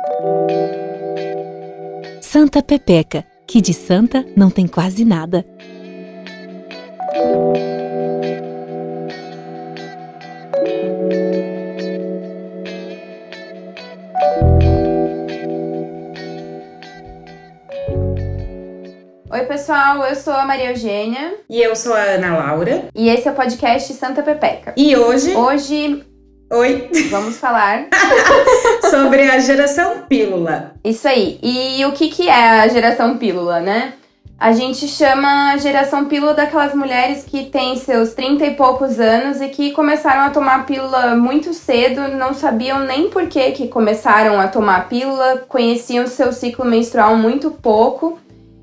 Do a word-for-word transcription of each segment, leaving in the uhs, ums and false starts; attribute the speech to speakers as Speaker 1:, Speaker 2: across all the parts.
Speaker 1: Santa Pepeca, que de santa não tem quase nada.
Speaker 2: Oi pessoal, eu sou a Maria Eugênia.
Speaker 3: E eu sou a Ana Laura.
Speaker 2: E esse é o podcast Santa Pepeca.
Speaker 3: E hoje...
Speaker 2: Hoje...
Speaker 3: Oi!
Speaker 2: Vamos falar...
Speaker 3: sobre a geração pílula.
Speaker 2: Isso aí. E o que que é a geração pílula, né? A gente chama a geração pílula daquelas mulheres que têm seus trinta e poucos anos e que começaram a tomar pílula muito cedo, não sabiam nem por que que começaram a tomar pílula, conheciam seu ciclo menstrual muito pouco.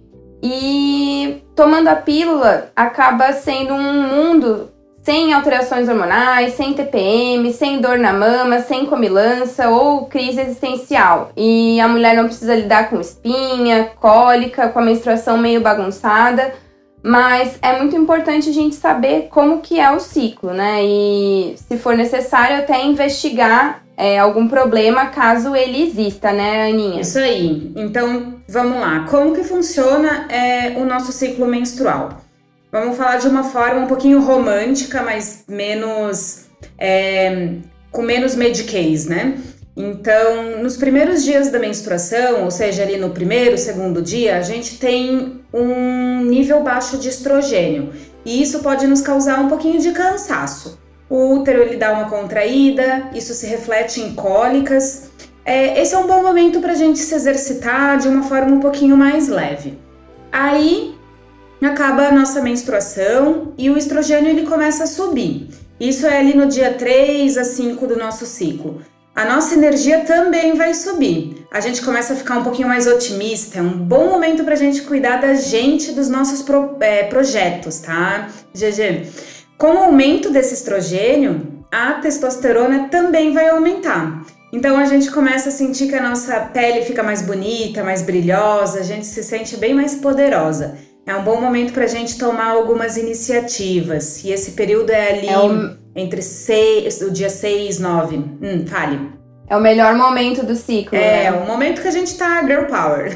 Speaker 2: E tomando a pílula acaba sendo um mundo sem alterações hormonais, sem T P M, sem dor na mama, sem comilança ou crise existencial. E a mulher não precisa lidar com espinha, cólica, com a menstruação meio bagunçada. Mas é muito importante a gente saber como que é o ciclo, né? E se for necessário até investigar É, algum problema, caso ele exista, né, Aninha?
Speaker 3: Isso aí. Então, vamos lá. Como que funciona é, o nosso ciclo menstrual? Vamos falar de uma forma um pouquinho romântica, mas menos... É, com menos mediquês, né? Então, nos primeiros dias da menstruação, ou seja, ali no primeiro, segundo dia, a gente tem um nível baixo de estrogênio. E isso pode nos causar um pouquinho de cansaço. O útero ele dá uma contraída, isso se reflete em cólicas. É, esse é um bom momento para a gente se exercitar de uma forma um pouquinho mais leve. Aí acaba a nossa menstruação e o estrogênio ele começa a subir. Isso é ali no dia três a cinco do nosso ciclo. A nossa energia também vai subir. A gente começa a ficar um pouquinho mais otimista. É um bom momento para a gente cuidar da gente, dos nossos pro, é, projetos, tá, G G? Com o aumento desse estrogênio, a testosterona também vai aumentar. Então a gente começa a sentir que a nossa pele fica mais bonita, mais brilhosa, a gente se sente bem mais poderosa. É um bom momento para a gente tomar algumas iniciativas. E esse período é ali é um... entre seis, o dia seis e nove. Hum, fale.
Speaker 2: É o melhor momento do ciclo,
Speaker 3: É,
Speaker 2: né?
Speaker 3: o momento que a gente tá girl power.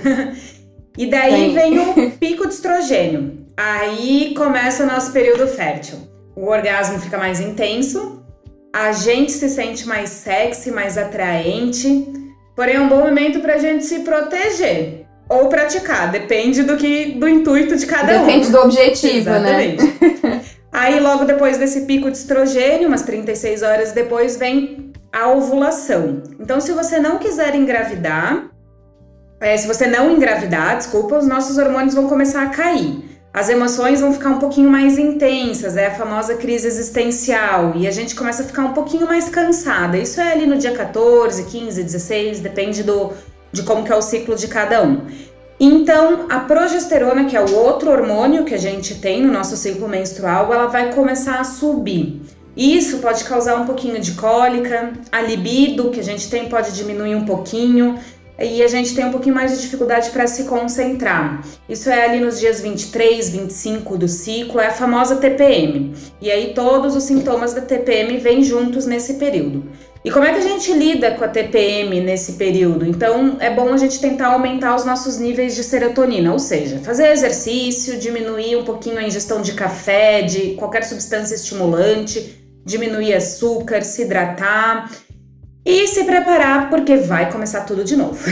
Speaker 3: E daí Sim. vem o pico de estrogênio. Aí começa o nosso período fértil. O orgasmo fica mais intenso, a gente se sente mais sexy, mais atraente, porém é um bom momento pra gente se proteger ou praticar, depende do, que, do intuito de cada um.
Speaker 2: Depende do objetivo,
Speaker 3: Exatamente.
Speaker 2: Né?
Speaker 3: Aí logo depois desse pico de estrogênio, umas trinta e seis horas depois, vem a ovulação. Então se você não quiser engravidar, é, se você não engravidar, desculpa, os nossos hormônios vão começar a cair. As emoções vão ficar um pouquinho mais intensas, é a famosa crise existencial, e a gente começa a ficar um pouquinho mais cansada. Isso é ali no dia quatorze, quinze, dezesseis, depende do, de como que é o ciclo de cada um. Então, a progesterona, que é o outro hormônio que a gente tem no nosso ciclo menstrual, ela vai começar a subir. Isso pode causar um pouquinho de cólica, a libido que a gente tem pode diminuir um pouquinho, e a gente tem um pouquinho mais de dificuldade para se concentrar. Isso é ali nos dias vinte e três, vinte e cinco do ciclo, é a famosa T P M. E aí todos os sintomas da T P M vêm juntos nesse período. E como é que a gente lida com a T P M nesse período? Então é bom a gente tentar aumentar os nossos níveis de serotonina, ou seja, fazer exercício, diminuir um pouquinho a ingestão de café, de qualquer substância estimulante, diminuir açúcar, se hidratar... E se preparar, porque vai começar tudo de novo.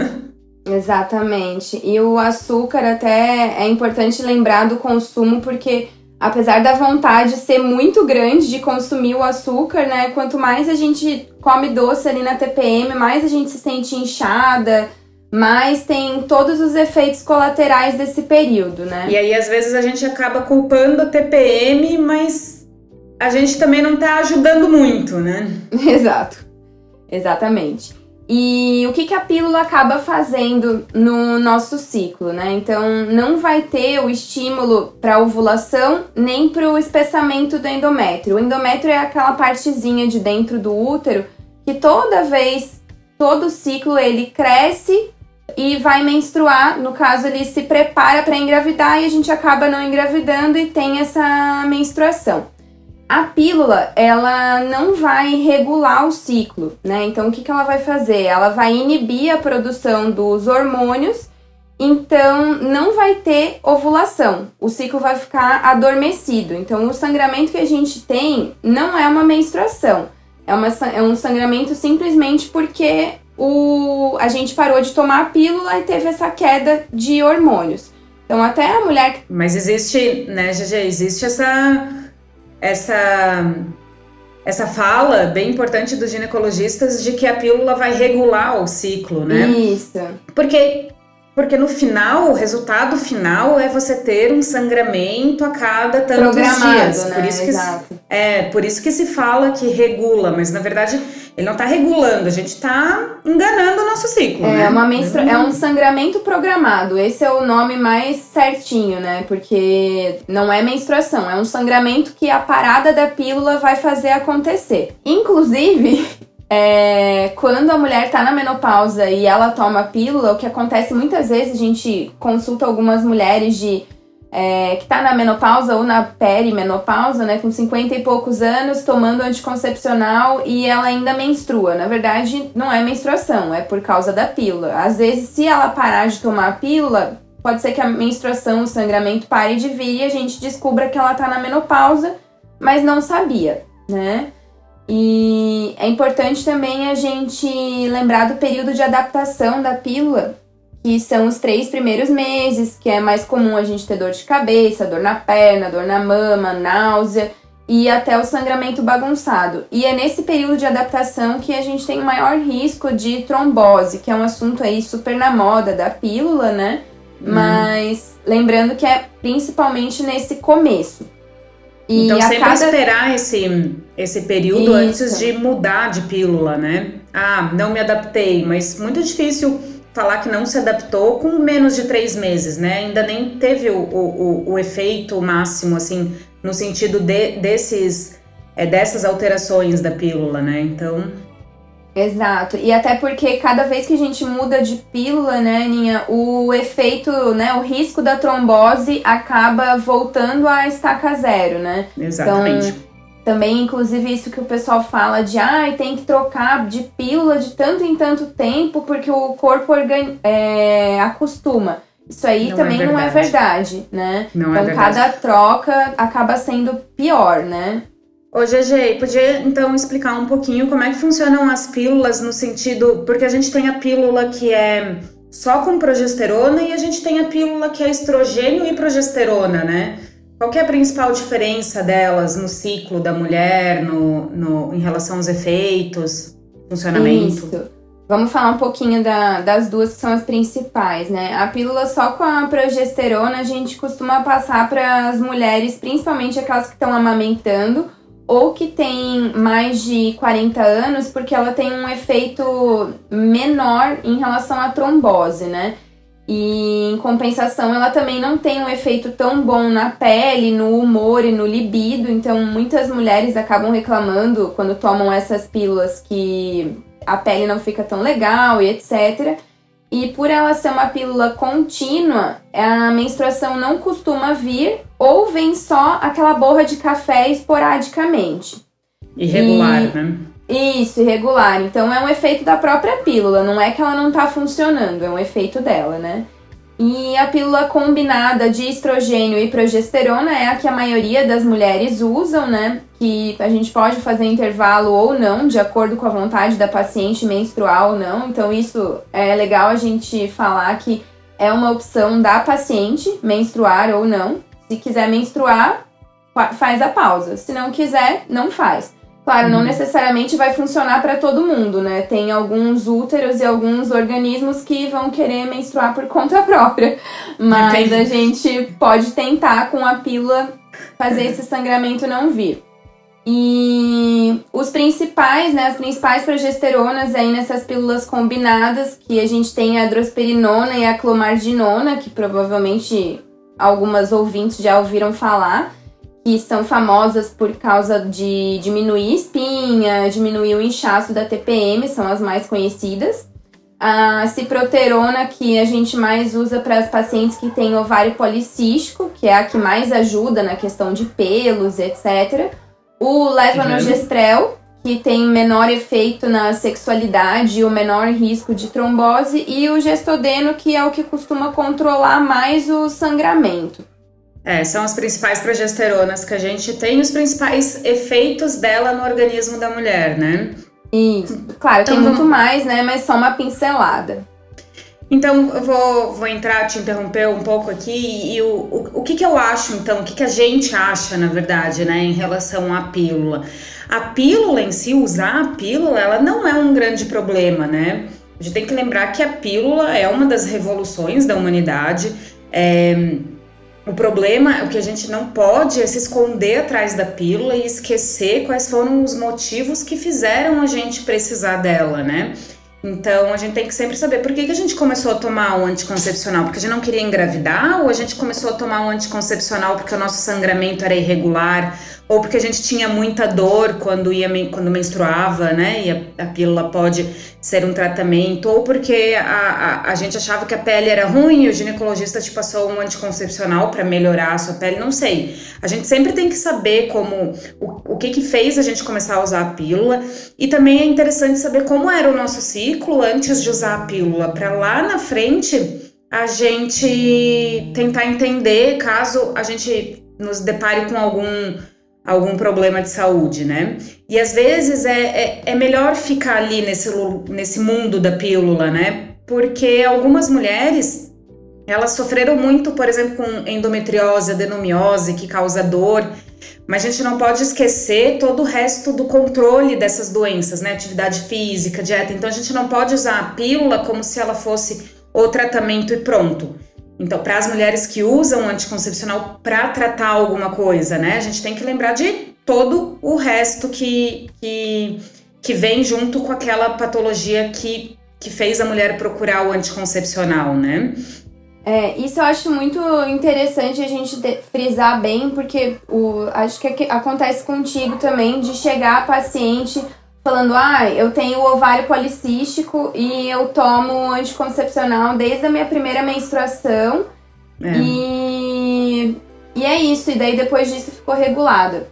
Speaker 2: Exatamente. E o açúcar até é importante lembrar do consumo, porque apesar da vontade ser muito grande de consumir o açúcar, né? Quanto mais a gente come doce ali na T P M, mais a gente se sente inchada, mais tem todos os efeitos colaterais desse período, né?
Speaker 3: E aí, às vezes, a gente acaba culpando a T P M, mas a gente também não tá ajudando muito, né?
Speaker 2: Exato. Exatamente. E o que, que a pílula acaba fazendo no nosso ciclo, né? Então, não vai ter o estímulo para ovulação nem para o espessamento do endométrio. O endométrio é aquela partezinha de dentro do útero que toda vez, todo ciclo, ele cresce e vai menstruar. No caso, ele se prepara para engravidar e a gente acaba não engravidando e tem essa menstruação. A pílula, ela não vai regular o ciclo, né? Então, o que, que ela vai fazer? Ela vai inibir a produção dos hormônios, então não vai ter ovulação. O ciclo vai ficar adormecido. Então, o sangramento que a gente tem não é uma menstruação. É, uma, é um sangramento simplesmente porque o, a gente parou de tomar a pílula e teve essa queda de hormônios. Então, até a mulher...
Speaker 3: Mas existe, né, G G, existe essa... essa, essa fala bem importante dos ginecologistas de que a pílula vai regular o ciclo, né?
Speaker 2: Isso.
Speaker 3: Porque, porque no final, o resultado final é você ter um sangramento a cada tantos
Speaker 2: Programado,
Speaker 3: dias.
Speaker 2: né?
Speaker 3: Por isso que,
Speaker 2: Exato.
Speaker 3: é, por isso que se fala que regula, mas na verdade ele não tá regulando, a gente tá enganando o nosso ciclo,
Speaker 2: é
Speaker 3: né?
Speaker 2: Uma menstru... É um sangramento programado, esse é o nome mais certinho, né? Porque não é menstruação, é um sangramento que a parada da pílula vai fazer acontecer. Inclusive, é... quando a mulher tá na menopausa e ela toma a pílula, o que acontece muitas vezes, a gente consulta algumas mulheres de... É, que tá na menopausa ou na perimenopausa, né, com cinquenta e poucos anos, tomando anticoncepcional e ela ainda menstrua. Na verdade, não é menstruação, é por causa da pílula. Às vezes, se ela parar de tomar a pílula, pode ser que a menstruação, o sangramento pare de vir e a gente descubra que ela tá na menopausa, mas não sabia, né? E é importante também a gente lembrar do período de adaptação da pílula, que são os três primeiros meses, que é mais comum a gente ter dor de cabeça, dor na perna, dor na mama, náusea e até o sangramento bagunçado. E é nesse período de adaptação que a gente tem o maior risco de trombose, que é um assunto aí super na moda da pílula, né? Hum. Mas lembrando que é principalmente nesse começo.
Speaker 3: E então sempre cada... esperar esse, esse período Isso. antes de mudar de pílula, né? Ah, não me adaptei, mas muito difícil... falar que não se adaptou com menos de três meses, né? Ainda nem teve o, o, o efeito máximo, assim, no sentido de, desses, é, dessas alterações da pílula, né? Então...
Speaker 2: Exato. E até porque cada vez que a gente muda de pílula, né, Aninha, o efeito, né, o risco da trombose acaba voltando à estaca zero, né?
Speaker 3: Exatamente.
Speaker 2: Então, também, inclusive, isso que o pessoal fala de ah, tem que trocar de pílula de tanto em tanto tempo porque o corpo organ... é, acostuma. Isso aí não também é não é verdade, né?
Speaker 3: Não
Speaker 2: então,
Speaker 3: é verdade.
Speaker 2: Cada troca acaba sendo pior, né?
Speaker 3: Ô, G G, podia então explicar um pouquinho como é que funcionam as pílulas no sentido... Porque a gente tem a pílula que é só com progesterona e a gente tem a pílula que é estrogênio e progesterona, né? Qual que é a principal diferença delas no ciclo da mulher, no, no, em relação aos efeitos, funcionamento?
Speaker 2: Isso. Vamos falar um pouquinho da, das duas que são as principais, né? A pílula só com a progesterona a gente costuma passar para as mulheres, principalmente aquelas que estão amamentando ou que têm mais de quarenta anos, porque ela tem um efeito menor em relação à trombose, né? E, em compensação, ela também não tem um efeito tão bom na pele, no humor e no libido. Então, muitas mulheres acabam reclamando quando tomam essas pílulas que a pele não fica tão legal e etcétera. E por ela ser uma pílula contínua, a menstruação não costuma vir ou vem só aquela borra de café esporadicamente.
Speaker 3: Irregular,
Speaker 2: e...
Speaker 3: né?
Speaker 2: Isso, irregular. Então é um efeito da própria pílula, não é que ela não tá funcionando, é um efeito dela, né? E a pílula combinada de estrogênio e progesterona é a que a maioria das mulheres usam, né? Que a gente pode fazer intervalo ou não, de acordo com a vontade da paciente menstruar ou não. Então isso é legal a gente falar que é uma opção da paciente menstruar ou não. Se quiser menstruar, faz a pausa. Se não quiser, não faz. Claro, não necessariamente vai funcionar para todo mundo, né? Tem alguns úteros e alguns organismos que vão querer menstruar por conta própria. Mas Entendi. A gente pode tentar com a pílula fazer esse sangramento não vir. E os principais, né? As principais progesteronas aí nessas pílulas combinadas, que a gente tem a drosperinona e a clomarginona, que provavelmente algumas ouvintes já ouviram falar, que são famosas por causa de diminuir espinha, diminuir o inchaço da T P M, são as mais conhecidas. A ciproterona, que a gente mais usa para as pacientes que têm ovário policístico, que é a que mais ajuda na questão de pelos, etcétera. O levonorgestrel, que tem menor efeito na sexualidade e o menor risco de trombose, e o gestodeno, que é o que costuma controlar mais o sangramento.
Speaker 3: É, são as principais progesteronas que a gente tem, os principais efeitos dela no organismo da mulher, né?
Speaker 2: Isso, claro, então, tem muito vamos... mais, né? Mas só uma pincelada.
Speaker 3: Então, eu vou, vou entrar, te interromper um pouco aqui, e, e o, o, o que que eu acho, então, o que que a gente acha, na verdade, né, em relação à pílula? A pílula em si, usar a pílula, ela não é um grande problema, né? A gente tem que lembrar que a pílula é uma das revoluções da humanidade. É, o problema, o que a gente não pode é se esconder atrás da pílula e esquecer quais foram os motivos que fizeram a gente precisar dela, né? Então, a gente tem que sempre saber por que, que a gente começou a tomar o anticoncepcional, porque a gente não queria engravidar, ou a gente começou a tomar o anticoncepcional porque o nosso sangramento era irregular, ou porque a gente tinha muita dor quando, ia, quando menstruava, né, e a, a pílula pode ser um tratamento, ou porque a, a, a gente achava que a pele era ruim e o ginecologista te passou um anticoncepcional para melhorar a sua pele, não sei. A gente sempre tem que saber como, o, o que que fez a gente começar a usar a pílula, e também é interessante saber como era o nosso ciclo antes de usar a pílula, para lá na frente a gente tentar entender caso a gente nos depare com algum, algum problema de saúde, né? E às vezes é, é, é melhor ficar ali nesse, nesse mundo da pílula, né? Porque algumas mulheres, elas sofreram muito, por exemplo, com endometriose, adenomiose, que causa dor, mas a gente não pode esquecer todo o resto do controle dessas doenças, né? Atividade física, dieta. Então a gente não pode usar a pílula como se ela fosse o tratamento e pronto. Então, para as mulheres que usam anticoncepcional para tratar alguma coisa, né? A gente tem que lembrar de todo o resto que, que, que vem junto com aquela patologia que, que fez a mulher procurar o anticoncepcional, né?
Speaker 2: É, isso eu acho muito interessante a gente de, frisar bem, porque o, acho que acontece contigo também, de chegar a paciente falando, ah, eu tenho ovário policístico e eu tomo anticoncepcional desde a minha primeira menstruação, é. e, e é isso, e daí depois disso ficou regulado.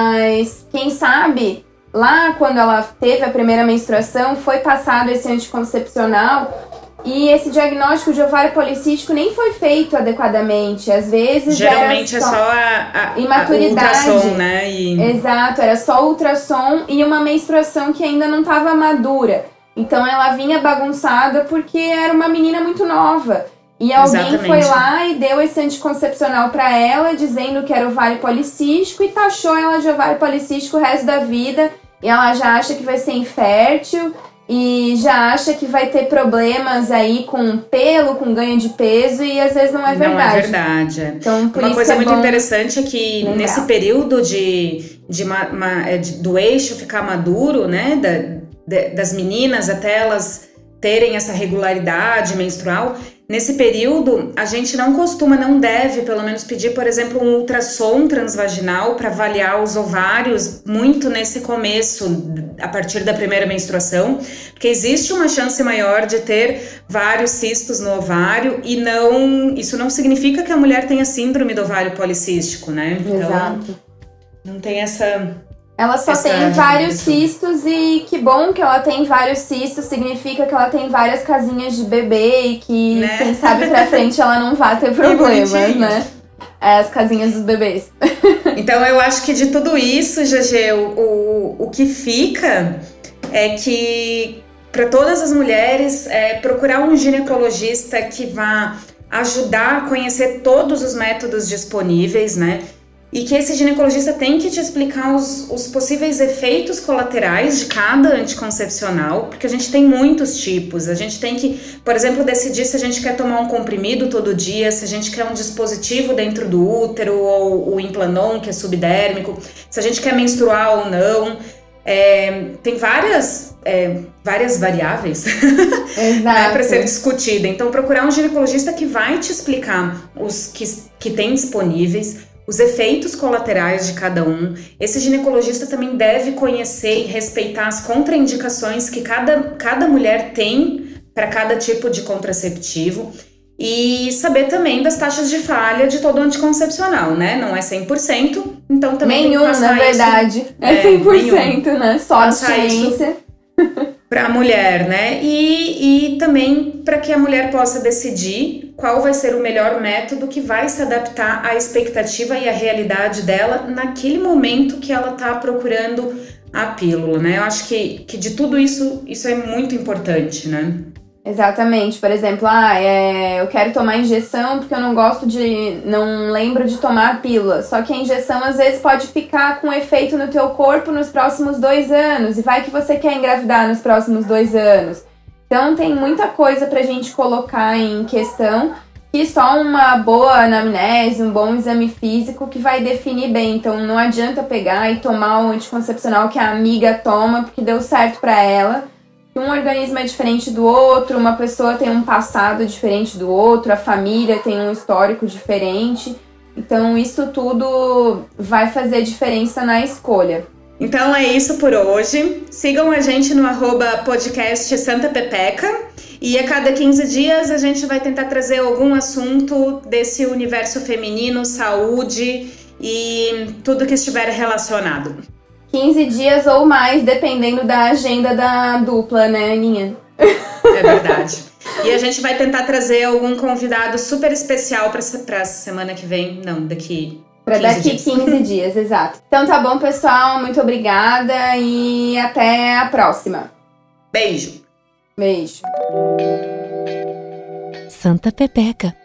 Speaker 2: Mas quem sabe, lá quando ela teve a primeira menstruação, foi passado esse anticoncepcional, e esse diagnóstico de ovário policístico nem foi feito adequadamente. Às vezes
Speaker 3: geralmente
Speaker 2: era só
Speaker 3: é só a, a,
Speaker 2: imaturidade.
Speaker 3: A ultrassom, né? E...
Speaker 2: Exato, era só ultrassom e uma menstruação que ainda não estava madura. Então ela vinha bagunçada porque era uma menina muito nova. E alguém Exatamente. Foi lá e deu esse anticoncepcional para ela, dizendo que era ovário policístico, e taxou ela de ovário policístico o resto da vida. E ela já acha que vai ser infértil. E já acha que vai ter problemas aí com pelo, com ganho de peso, e às vezes não é verdade.
Speaker 3: Não é verdade. É.
Speaker 2: Então, por
Speaker 3: uma
Speaker 2: isso
Speaker 3: coisa
Speaker 2: é
Speaker 3: muito
Speaker 2: bom
Speaker 3: interessante é que
Speaker 2: lembrar.
Speaker 3: Nesse período de, de, uma, uma, de do eixo ficar maduro, né, da, de, das meninas até elas terem essa regularidade menstrual, nesse período a gente não costuma, não deve, pelo menos pedir, por exemplo, um ultrassom transvaginal para avaliar os ovários muito nesse começo, a partir da primeira menstruação, porque existe uma chance maior de ter vários cistos no ovário, e não, isso não significa que a mulher tenha síndrome do ovário policístico, né? Então,
Speaker 2: Exato.
Speaker 3: Não tem essa...
Speaker 2: Ela só
Speaker 3: essa
Speaker 2: tem vários
Speaker 3: questão.
Speaker 2: cistos, e que bom que ela tem vários cistos, significa que ela tem várias casinhas de bebê e que, né? Quem sabe pra frente ela não vai ter problemas, né? É, as casinhas dos bebês.
Speaker 3: Então eu acho que de tudo isso, G G, o, o, o que fica é que para todas as mulheres é procurar um ginecologista que vá ajudar a conhecer todos os métodos disponíveis, né? E que esse ginecologista tem que te explicar os, os possíveis efeitos colaterais de cada anticoncepcional, porque a gente tem muitos tipos. A gente tem que, por exemplo, decidir se a gente quer tomar um comprimido todo dia, se a gente quer um dispositivo dentro do útero, ou o Implanon, que é subdérmico, se a gente quer menstruar ou não. É, tem várias, é, várias variáveis né, para ser discutida. Então, procurar um ginecologista que vai te explicar os que, que tem disponíveis, os efeitos colaterais de cada um. Esse ginecologista também deve conhecer e respeitar as contraindicações que cada, cada mulher tem para cada tipo de contraceptivo. E saber também das taxas de falha de todo anticoncepcional, né? Não é cem por cento, então também
Speaker 2: nenhum,
Speaker 3: tem que passar
Speaker 2: na verdade.
Speaker 3: Isso,
Speaker 2: é cem por cento,
Speaker 3: nenhum.
Speaker 2: né? Só de ciência.
Speaker 3: Para a mulher, né? E, e também para que a mulher possa decidir qual vai ser o melhor método que vai se adaptar à expectativa e à realidade dela naquele momento que ela está procurando a pílula, né? Eu acho que, que de tudo isso, isso é muito importante, né?
Speaker 2: Exatamente. Por exemplo, ah, é, eu quero tomar injeção porque eu não gosto de... não lembro de tomar a pílula. Só que a injeção, às vezes, pode ficar com efeito no teu corpo nos próximos dois anos. E vai que você quer engravidar nos próximos dois anos. Então, tem muita coisa pra gente colocar em questão que só uma boa anamnese, um bom exame físico que vai definir bem. Então, não adianta pegar e tomar o anticoncepcional que a amiga toma porque deu certo pra ela. Um organismo é diferente do outro, uma pessoa tem um passado diferente do outro, a família tem um histórico diferente. Então, isso tudo vai fazer diferença na escolha.
Speaker 3: Então é isso por hoje. Sigam a gente no arroba podcast Santa Pepeca. E a cada quinze dias a gente vai tentar trazer algum assunto desse universo feminino, saúde e tudo que estiver relacionado.
Speaker 2: quinze dias ou mais, dependendo da agenda da dupla, né, Aninha?
Speaker 3: É verdade. E a gente vai tentar trazer algum convidado super especial para essa semana que vem. Não, daqui
Speaker 2: Para daqui quinze dias, exato. Então tá bom, pessoal. Muito obrigada e até a próxima.
Speaker 3: Beijo.
Speaker 2: Beijo.
Speaker 1: Santa Pepeca.